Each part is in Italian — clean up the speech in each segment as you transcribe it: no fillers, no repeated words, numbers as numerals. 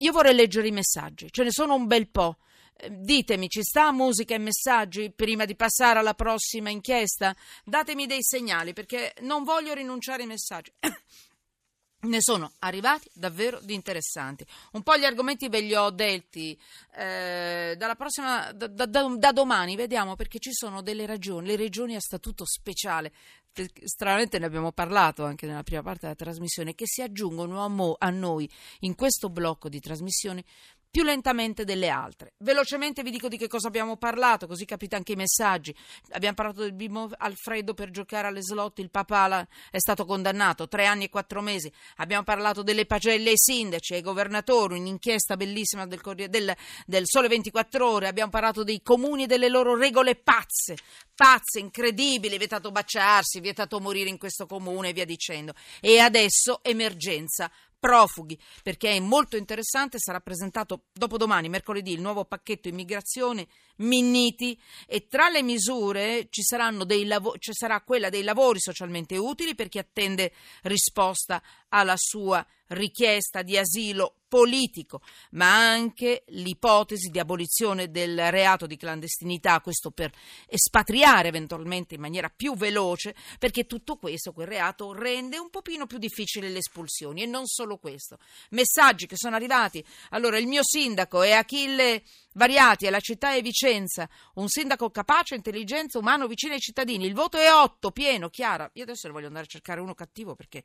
io vorrei leggere i messaggi, ce ne sono un bel po'. Ditemi, ci sta musica e messaggi prima di passare alla prossima inchiesta? Datemi dei segnali, perché non voglio rinunciare ai messaggi. Ne sono arrivati davvero di interessanti. Un po' gli argomenti ve li ho detti. Dalla prossima, da domani vediamo, perché ci sono delle regioni, le regioni a statuto speciale. Stranamente ne abbiamo parlato anche nella prima parte della trasmissione, che si aggiungono a noi in questo blocco di trasmissioni più lentamente delle altre. Velocemente vi dico di che cosa abbiamo parlato, così capite anche i messaggi. Abbiamo parlato del bimbo Alfredo per giocare alle slot, il papà è stato condannato 3 anni e 4 mesi. Abbiamo parlato delle pagelle ai sindaci, ai governatori, un'inchiesta bellissima del Sole 24 Ore. Abbiamo parlato dei comuni e delle loro regole pazze, incredibili, vietato baciarsi, vietato morire in questo comune e via dicendo. E adesso emergenza profughi, perché è molto interessante. Sarà presentato dopodomani, mercoledì, il nuovo pacchetto immigrazione Minniti, e tra le misure ci sarà quella dei lavori socialmente utili per chi attende risposta alla sua richiesta di asilo politico, ma anche l'ipotesi di abolizione del reato di clandestinità, questo per espatriare eventualmente in maniera più veloce, perché tutto questo, quel reato, rende un pochino più difficile le espulsioni. E non solo questo, messaggi che sono arrivati. Allora, il mio sindaco è Achille Variati, la città è Vicenza, un sindaco capace, intelligenza, umano, vicino ai cittadini. Il voto è 8, pieno, Chiara. Io adesso ne voglio andare a cercare uno cattivo, perché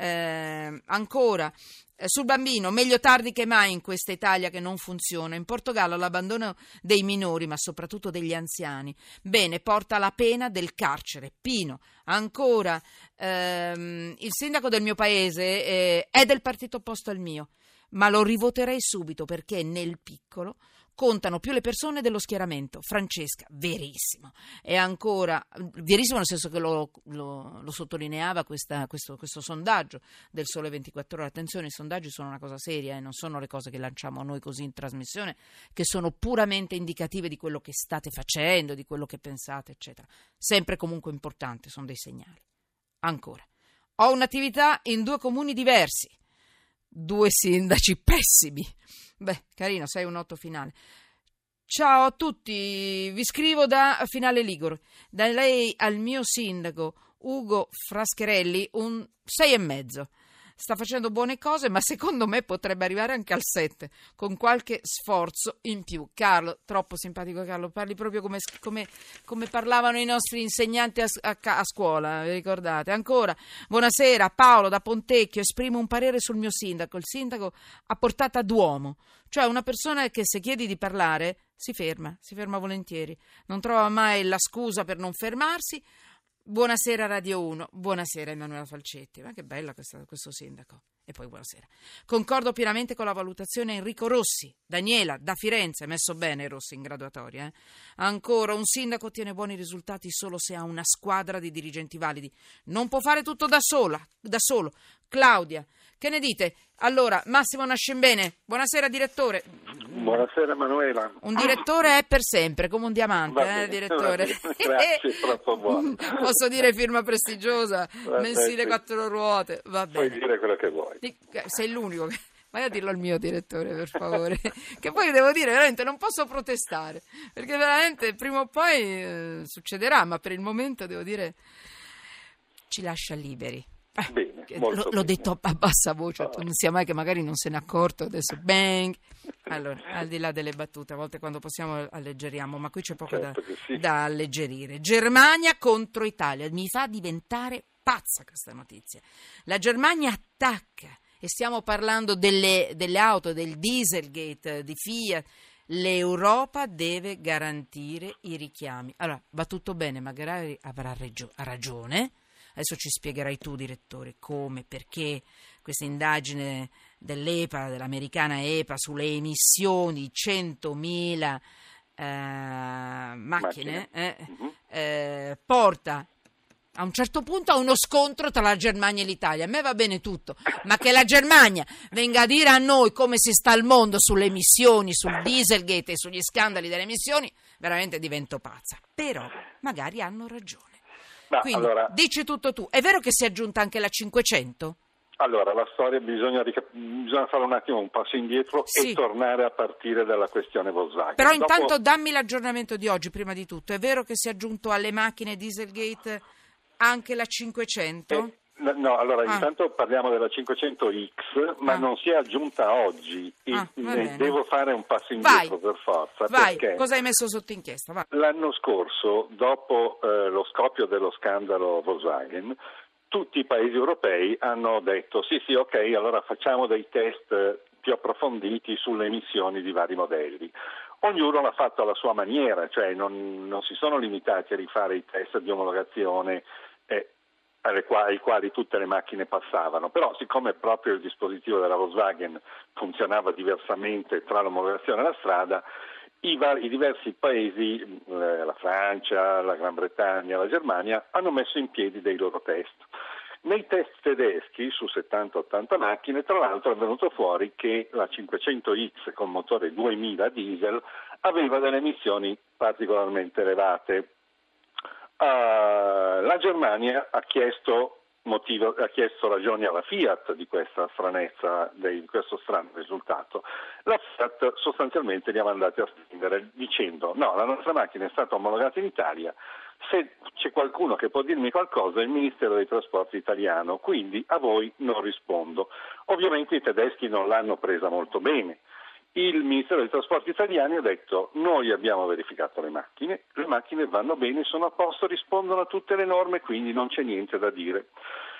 ancora sul bambino, meglio tardi che mai in questa Italia che non funziona. In Portogallo l'abbandono dei minori, ma soprattutto degli anziani, bene, porta alla pena del carcere. Pino, ancora il sindaco del mio paese è del partito opposto al mio, ma lo rivoterei subito, perché nel piccolo contano più le persone dello schieramento. Francesca, verissimo. E ancora, verissimo nel senso che lo sottolineava questo sondaggio del Sole 24 Ore. Attenzione, i sondaggi sono una cosa seria, non sono le cose che lanciamo noi così in trasmissione, che sono puramente indicative di quello che state facendo, di quello che pensate, eccetera. Sempre comunque importante, sono dei segnali. Ancora, ho un'attività in 2 comuni diversi, 2 sindaci pessimi. Beh, carino, sei un 8 finale. Ciao a tutti, vi scrivo da Finale Ligure. Da lei al mio sindaco Ugo Frascherelli un 6,5. Sta facendo buone cose, ma secondo me potrebbe arrivare anche al 7, con qualche sforzo in più. Carlo, troppo simpatico Carlo, parli proprio come parlavano i nostri insegnanti a scuola, vi ricordate? Ancora, buonasera, Paolo da Pontecchio, esprimo un parere sul mio sindaco. Il sindaco a portata d'uomo, cioè una persona che se chiedi di parlare si ferma volentieri, non trova mai la scusa per non fermarsi. Buonasera Radio 1, buonasera Emanuela Falcetti, ma che bella questo sindaco. E poi buonasera. Concordo pienamente con la valutazione Enrico Rossi. Daniela, da Firenze, messo bene Rossi in graduatoria. Ancora, un sindaco ottiene buoni risultati solo se ha una squadra di dirigenti validi. Non può fare tutto da solo. Claudia, che ne dite? Allora, Massimo Nascimbene, buonasera direttore. Buonasera Emanuela. Un direttore è per sempre, come un diamante, direttore. Grazie, troppo buono. Posso dire firma prestigiosa, mensile 4 ruote, va bene. Puoi dire quello che vuoi. Sei l'unico che... Vai a dirlo al mio direttore, per favore. Che poi devo dire, veramente non posso protestare, perché veramente prima o poi succederà, ma per il momento devo dire ci lascia liberi. Bene, l'ho detto a bassa voce, non sia mai che magari non se n'è accorto, adesso bang. Allora, al di là delle battute, a volte quando possiamo alleggeriamo, ma qui c'è poco da alleggerire. Germania contro Italia, mi fa diventare pazza questa notizia. La Germania attacca, e stiamo parlando delle auto, del Dieselgate, di Fiat. L'Europa deve garantire i richiami. Allora, va tutto bene, magari avrà ragione. Adesso ci spiegherai tu, direttore, come, perché questa indagine dell'americana EPA sulle emissioni, 100.000 macchine, porta a un certo punto a uno scontro tra la Germania e l'Italia. A me va bene tutto, ma che la Germania venga a dire a noi come si sta al mondo sulle emissioni, sul Dieselgate e sugli scandali delle emissioni, veramente divento pazza. Però magari hanno ragione. Quindi, dici tutto tu. È vero che si è aggiunta anche la 500? Allora, la storia bisogna fare un attimo un passo indietro e tornare a partire dalla questione Volkswagen. Però intanto dammi l'aggiornamento di oggi, prima di tutto. È vero che si è aggiunto alle macchine Dieselgate anche la 500? No, allora intanto parliamo della 500X, ma non si è aggiunta oggi. Devo fare un passo indietro per forza. Vai, cosa hai messo sotto inchiesta? Vai. L'anno scorso, dopo lo scoppio dello scandalo Volkswagen, tutti i paesi europei hanno detto sì, ok, allora facciamo dei test più approfonditi sulle emissioni di vari modelli. Ognuno l'ha fatto alla sua maniera, cioè non si sono limitati a rifare i test di omologazione ai quali tutte le macchine passavano, però siccome proprio il dispositivo della Volkswagen funzionava diversamente tra l'omologazione e la strada, i diversi paesi, la Francia, la Gran Bretagna, la Germania, hanno messo in piedi dei loro test. Nei test tedeschi, su 70-80 macchine, tra l'altro è venuto fuori che la 500X con motore 2000 diesel aveva delle emissioni particolarmente elevate. La Germania ha chiesto ragioni alla Fiat di questa stranezza, di questo strano risultato. La Fiat sostanzialmente li ha mandati a stringere dicendo no, la nostra macchina è stata omologata in Italia, se c'è qualcuno che può dirmi qualcosa è il Ministero dei Trasporti italiano, quindi a voi non rispondo. Ovviamente i tedeschi non l'hanno presa molto bene. Il Ministero dei Trasporti italiani ha detto noi abbiamo verificato le macchine vanno bene, sono a posto, rispondono a tutte le norme, quindi non c'è niente da dire.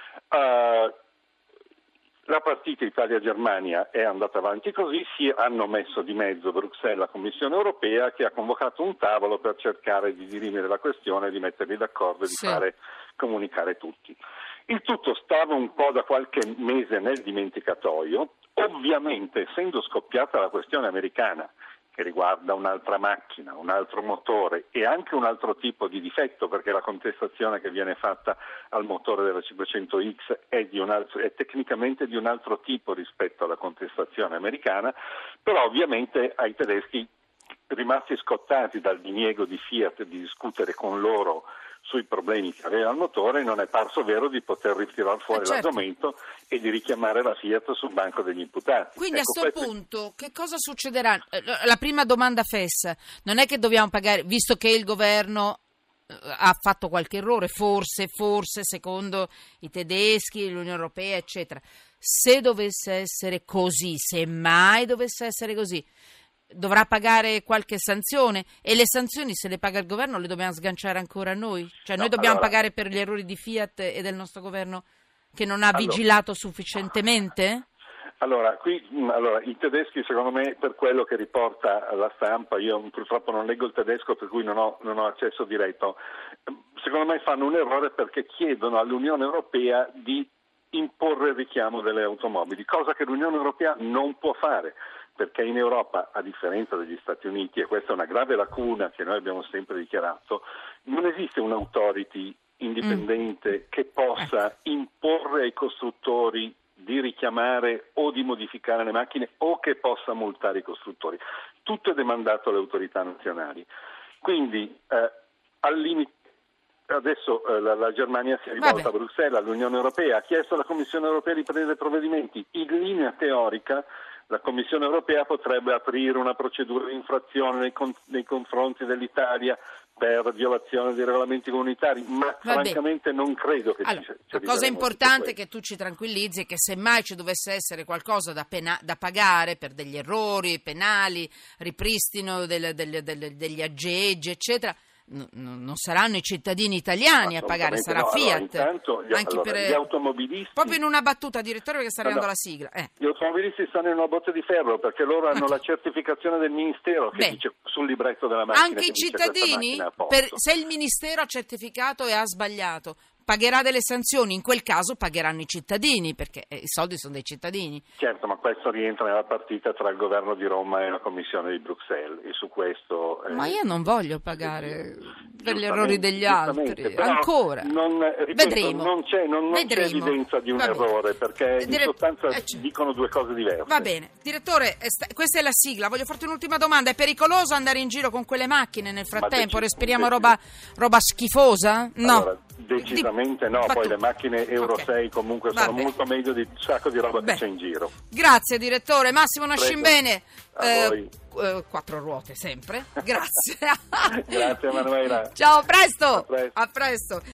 La partita Italia-Germania è andata avanti così, si hanno messo di mezzo Bruxelles e la Commissione europea che ha convocato un tavolo per cercare di dirimere la questione, di metterli d'accordo e di fare comunicare tutti. Il tutto stava un po' da qualche mese nel dimenticatoio. Ovviamente, essendo scoppiata la questione americana, che riguarda un'altra macchina, un altro motore e anche un altro tipo di difetto, perché la contestazione che viene fatta al motore della 500X è tecnicamente di un altro tipo rispetto alla contestazione americana, però ovviamente ai tedeschi rimasti scottati dal diniego di Fiat di discutere con loro sui problemi che aveva il motore, non è parso vero di poter ritirare fuori l'argomento e di richiamare la Fiat sul banco degli imputati. Quindi a questo punto che cosa succederà? La prima domanda fessa, non è che dobbiamo pagare, visto che il governo ha fatto qualche errore, forse secondo i tedeschi, l'Unione Europea eccetera, se dovesse essere così, se mai dovesse essere così, dovrà pagare qualche sanzione, e le sanzioni se le paga il governo le dobbiamo sganciare ancora noi? Cioè noi dobbiamo pagare per gli errori di Fiat e del nostro governo che non ha vigilato sufficientemente? Allora, i tedeschi secondo me, per quello che riporta la stampa, io purtroppo non leggo il tedesco per cui non ho accesso diretto, secondo me fanno un errore perché chiedono all'Unione Europea di imporre il richiamo delle automobili, cosa che l'Unione Europea non può fare. Perché in Europa, a differenza degli Stati Uniti, e questa è una grave lacuna che noi abbiamo sempre dichiarato, non esiste un'autority indipendente che possa imporre ai costruttori di richiamare o di modificare le macchine o che possa multare i costruttori. Tutto è demandato alle autorità nazionali. Quindi adesso la Germania si è rivolta a Bruxelles, all'Unione Europea, ha chiesto alla Commissione Europea di prendere provvedimenti. In linea teorica la Commissione Europea potrebbe aprire una procedura di infrazione nei confronti dell'Italia per violazione dei regolamenti comunitari, ma francamente non credo che ci la cosa importante è che tu ci tranquillizzi è che semmai ci dovesse essere qualcosa da pagare per degli errori penali, ripristino degli aggeggi eccetera, non saranno i cittadini italiani a pagare, sarà Fiat. Gli automobilisti, proprio in una battuta, direttore, perché sta arrivando la sigla. Gli automobilisti stanno in una botte di ferro perché loro hanno la certificazione del Ministero che dice sul libretto della macchina. Anche i cittadini, se il Ministero ha certificato e ha sbagliato, pagherà delle sanzioni, in quel caso pagheranno i cittadini, perché i soldi sono dei cittadini. Certo, ma questo rientra nella partita tra il governo di Roma e la Commissione di Bruxelles, e su questo... Ma io non voglio pagare per gli errori degli altri, ancora. Vedremo. Non c'è evidenza di un errore, perché in sostanza dicono due cose diverse. Va bene. Direttore, questa è la sigla, voglio farti un'ultima domanda, è pericoloso andare in giro con quelle macchine nel frattempo? Respiriamo roba schifosa? No. Allora, Decisamente no, poi le macchine Euro 6 comunque sono molto meglio di un sacco di roba che c'è in giro. Grazie direttore, Massimo Nascimbene. A voi. 4 ruote sempre. Grazie. Grazie Emanuela. Ciao, a presto. A presto. A presto.